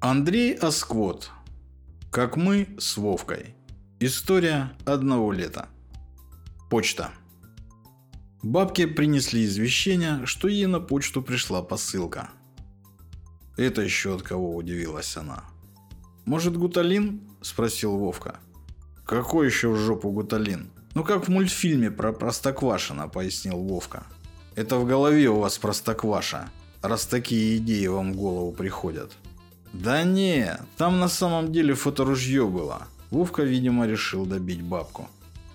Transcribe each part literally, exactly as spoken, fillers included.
Андрей Осквот. Как мы с Вовкой. История одного лета. Почта. Бабке принесли извещение, что ей на почту пришла посылка. Это еще от кого, удивилась она. Может, гуталин? Спросил Вовка. Какой еще в жопу гуталин? Ну как в мультфильме про Простоквашино, пояснил Вовка. Это в голове у вас Простокваша, раз такие идеи вам в голову приходят. Да не, там на самом деле фоторужье было. Вовка, видимо, решил добить бабку.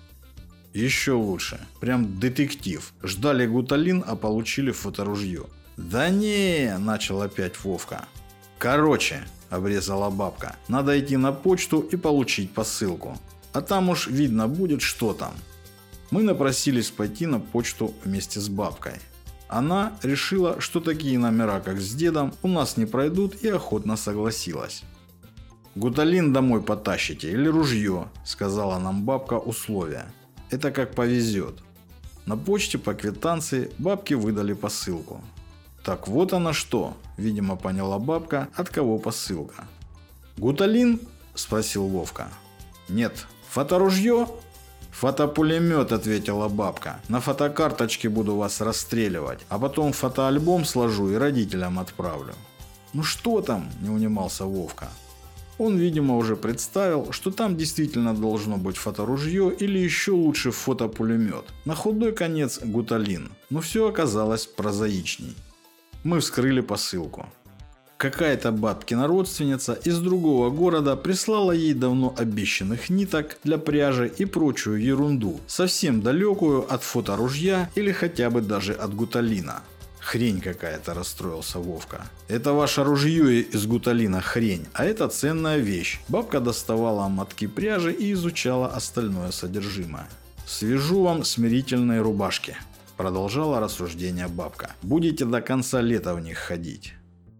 Еще лучше. Прям детектив. Ждали гуталин, а получили фоторужье. Да не, начал опять Вовка. Короче, обрезала бабка, надо идти на почту и получить посылку. А там уж видно будет, что там. Мы напросились пойти на почту вместе с бабкой. Она решила, что такие номера, как с дедом, у нас не пройдут, и охотно согласилась. «Гуталин домой потащите или ружье», – сказала нам бабка условия. «Это как повезет». На почте по квитанции бабке выдали посылку. «Так вот она что», – видимо, поняла бабка, от кого посылка. «Гуталин?» – спросил Вовка. «Нет». «Фоторужье?» «Фотопулемет», — ответила бабка. «На фотокарточке буду вас расстреливать, а потом фотоальбом сложу и родителям отправлю». «Ну что там?» — не унимался Вовка. Он, видимо, уже представил, что там действительно должно быть фоторужье или еще лучше фотопулемет. На худой конец гуталин. Но все оказалось прозаичней. Мы вскрыли посылку. Какая-то бабкина родственница из другого города прислала ей давно обещанных ниток для пряжи и прочую ерунду, совсем далекую от фоторужья или хотя бы даже от гуталина. «Хрень какая-то», – расстроился Вовка. «Это ваше ружье из гуталина хрень, а это ценная вещь». Бабка доставала мотки пряжи и изучала остальное содержимое. «Свяжу вам смирительные рубашки», – продолжала рассуждение бабка. «Будете до конца лета в них ходить».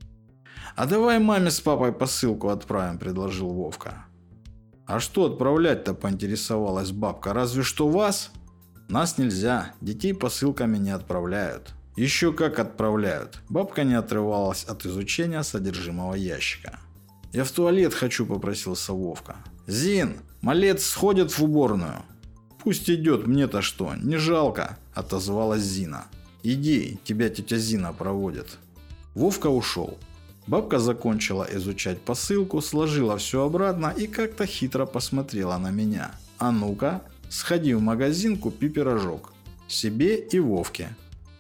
«А давай маме с папой посылку отправим», – предложил Вовка. «А что отправлять-то?» – поинтересовалась бабка. «Разве что вас?» «Нас нельзя, детей посылками не отправляют». «Еще как отправляют». Бабка не отрывалась от изучения содержимого ящика. «Я в туалет хочу», – попросился Вовка. «Зин, малец сходит в уборную». «Пусть идет, мне-то что, не жалко», – отозвалась Зина. «Иди, тебя тетя Зина проводит». Вовка ушел. Бабка закончила изучать посылку, сложила все обратно и как-то хитро посмотрела на меня. «А ну-ка, сходи в магазин, купи пирожок. Себе и Вовке».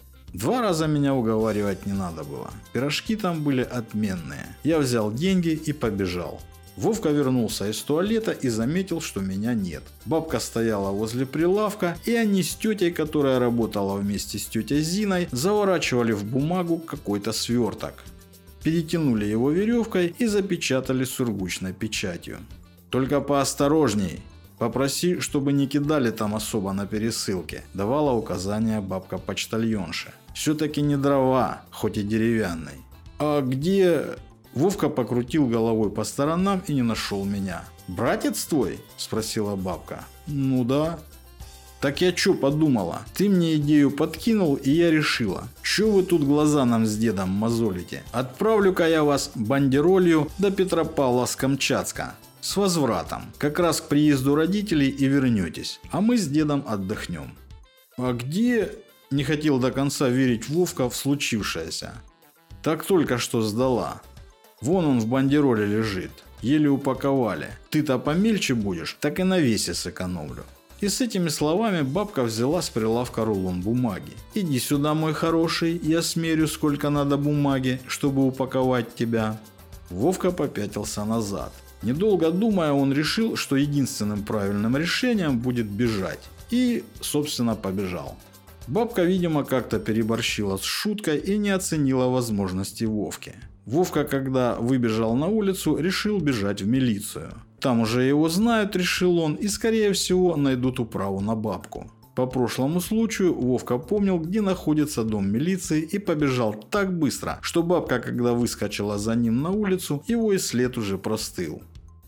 Два раза меня уговаривать не надо было. Пирожки там были отменные. Я взял деньги и побежал. Вовка вернулся из туалета и заметил, что меня нет. Бабка стояла возле прилавка, и они с тетей, которая работала вместе с тетей Зиной, заворачивали в бумагу какой-то сверток. Перетянули его веревкой и запечатали сургучной печатью. «Только поосторожней. Попроси, чтобы не кидали там особо на пересылке», – давала указания бабка-почтальонша. «Все-таки не дрова, хоть и деревянный». «А где...» Вовка покрутил головой по сторонам и не нашел меня. «Братец твой?» – спросила бабка. «Ну да». «Так я чё подумала? Ты мне идею подкинул, и я решила. Чё вы тут глаза нам с дедом мозолите? Отправлю-ка я вас бандеролью до Петропавловска-Камчатска. С возвратом. Как раз к приезду родителей и вернетесь. А мы с дедом отдохнем». «А где...» – не хотел до конца верить Вовка в случившееся. «Так только что сдала. Вон он в бандероле лежит. Еле упаковали. Ты-то помельче будешь, так и на весе сэкономлю». И с этими словами бабка взяла с прилавка рулон бумаги. «Иди сюда, мой хороший, я смерю, сколько надо бумаги, чтобы упаковать тебя». Вовка попятился назад. Недолго думая, он решил, что единственным правильным решением будет бежать. И, собственно, побежал. Бабка, видимо, как-то переборщила с шуткой и не оценила возможности Вовки. Вовка, когда выбежал на улицу, решил бежать в милицию. Там уже его знают, решил он, и скорее всего найдут управу на бабку. По прошлому случаю Вовка помнил, где находится дом милиции, и побежал так быстро, что бабка, когда выскочила за ним на улицу, его и след уже простыл.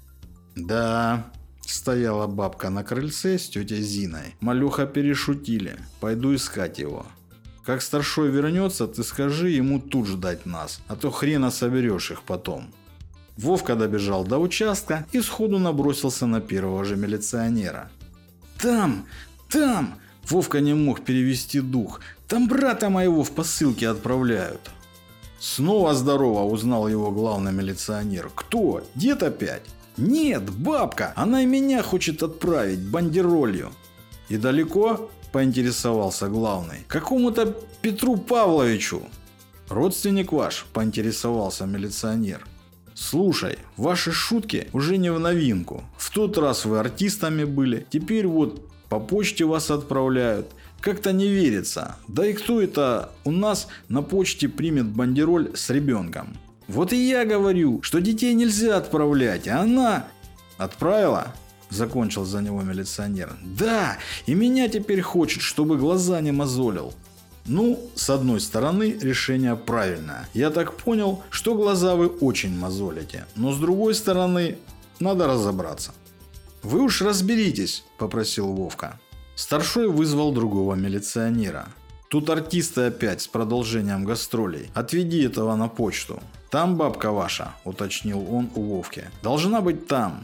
«Да», – стояла бабка на крыльце с тетей Зиной. «Малюха перешутили, пойду искать его». Как старшой вернется, ты скажи ему тут ждать нас, а то хрена соберешь их потом. Вовка добежал до участка и сходу набросился на первого же милиционера. «Там! Там!» Вовка не мог перевести дух. «Там брата моего в посылке отправляют!» «Снова здорово!» – узнал его главный милиционер. «Кто? Дед опять?» «Нет, бабка! Она и меня хочет отправить бандеролью!» «И далеко?» – поинтересовался главный. «Какому-то Петру Павловичу!» «Родственник ваш?» – поинтересовался милиционер. «Слушай, ваши шутки уже не в новинку. В тот раз вы артистами были, теперь вот по почте вас отправляют. Как-то не верится. Да и кто это у нас на почте примет бандероль с ребенком? Вот и я говорю, что детей нельзя отправлять, а она...» «Отправила?» – закончил за него милиционер. «Да, и меня теперь хочет, чтобы глаза не мозолил». Ну, с одной стороны, решение правильное. Я так понял, что глаза вы очень мозолите. Но с другой стороны, надо разобраться. «Вы уж разберитесь», – попросил Вовка. Старшой вызвал другого милиционера. «Тут артисты опять с продолжением гастролей. Отведи этого на почту». «Там бабка ваша», – уточнил он у Вовки. «Должна быть там».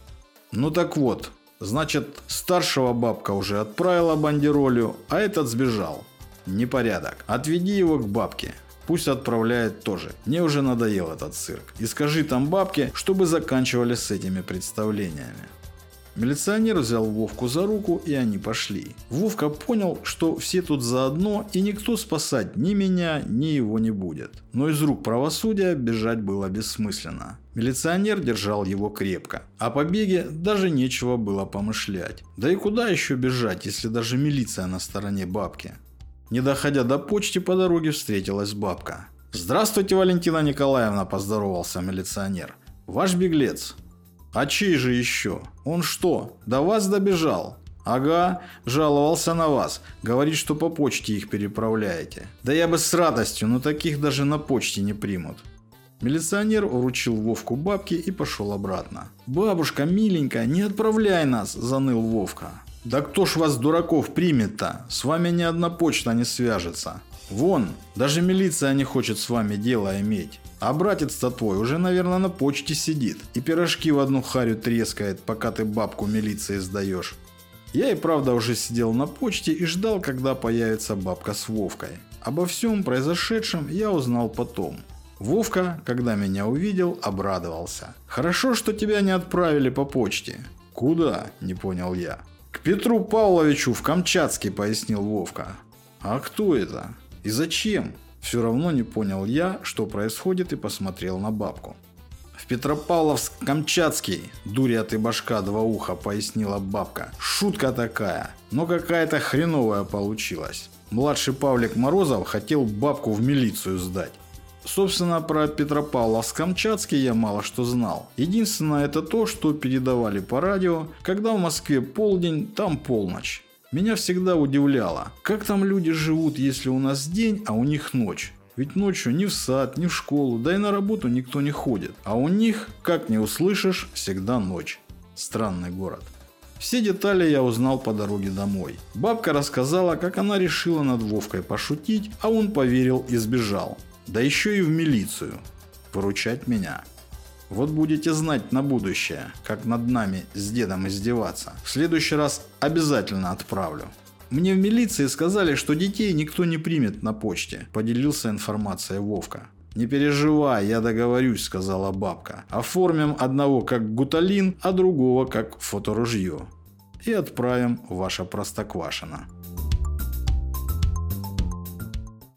«Ну так вот, значит, старшего бабка уже отправила бандеролью, а этот сбежал. Непорядок. Отведи его к бабке. Пусть отправляет тоже. Мне уже надоел этот цирк. И скажи там бабке, чтобы заканчивали с этими представлениями». Милиционер взял Вовку за руку, и они пошли. Вовка понял, что все тут заодно, и никто спасать ни меня, ни его не будет. Но из рук правосудия бежать было бессмысленно. Милиционер держал его крепко. О побеге даже нечего было помышлять. Да и куда еще бежать, если даже милиция на стороне бабки? Не доходя до почты, по дороге встретилась бабка. «Здравствуйте, Валентина Николаевна», – поздоровался милиционер. «Ваш беглец». «А чей же еще? Он что, до вас добежал?» «Ага, жаловался на вас. Говорит, что по почте их переправляете». «Да я бы с радостью, но таких даже на почте не примут». Милиционер вручил Вовку бабке и пошел обратно. «Бабушка, миленькая, не отправляй нас», – заныл Вовка. «Да кто ж вас, дураков, примет-то? С вами ни одна почта не свяжется. Вон, даже милиция не хочет с вами дело иметь. А братец-то твой уже, наверное, на почте сидит и пирожки в одну харю трескает, пока ты бабку милиции сдаешь». Я и правда уже сидел на почте и ждал, когда появится бабка с Вовкой. Обо всем произошедшем я узнал потом. Вовка, когда меня увидел, обрадовался. «Хорошо, что тебя не отправили по почте». «Куда?» – не понял я. «К Петру Павловичу в Камчатский», – пояснил Вовка. «А кто это? И зачем?» Все равно не понял я, что происходит, и посмотрел на бабку. «В Петропавловск-Камчатский, дуря ты башка два уха», – пояснила бабка. «Шутка такая, но какая-то хреновая получилась. Младший Павлик Морозов хотел бабку в милицию сдать». Собственно, про Петропавловск-Камчатский я мало что знал. Единственное это то, что передавали по радио, когда в Москве полдень, там полночь. Меня всегда удивляло, как там люди живут, если у нас день, а у них ночь. Ведь ночью ни в сад, ни в школу, да и на работу никто не ходит. А у них, как не услышишь, всегда ночь. Странный город. Все детали я узнал по дороге домой. Бабка рассказала, как она решила над Вовкой пошутить, а он поверил и сбежал. Да еще и в милицию. Выручать меня. Вот будете знать на будущее, как над нами с дедом издеваться. В следующий раз обязательно отправлю. Мне в милиции сказали, что детей никто не примет на почте, поделился информацией Вовка. «Не переживай, я договорюсь», — сказала бабка. «Оформим одного как гуталин, а другого как фоторужье. И отправим в ваше Простоквашино».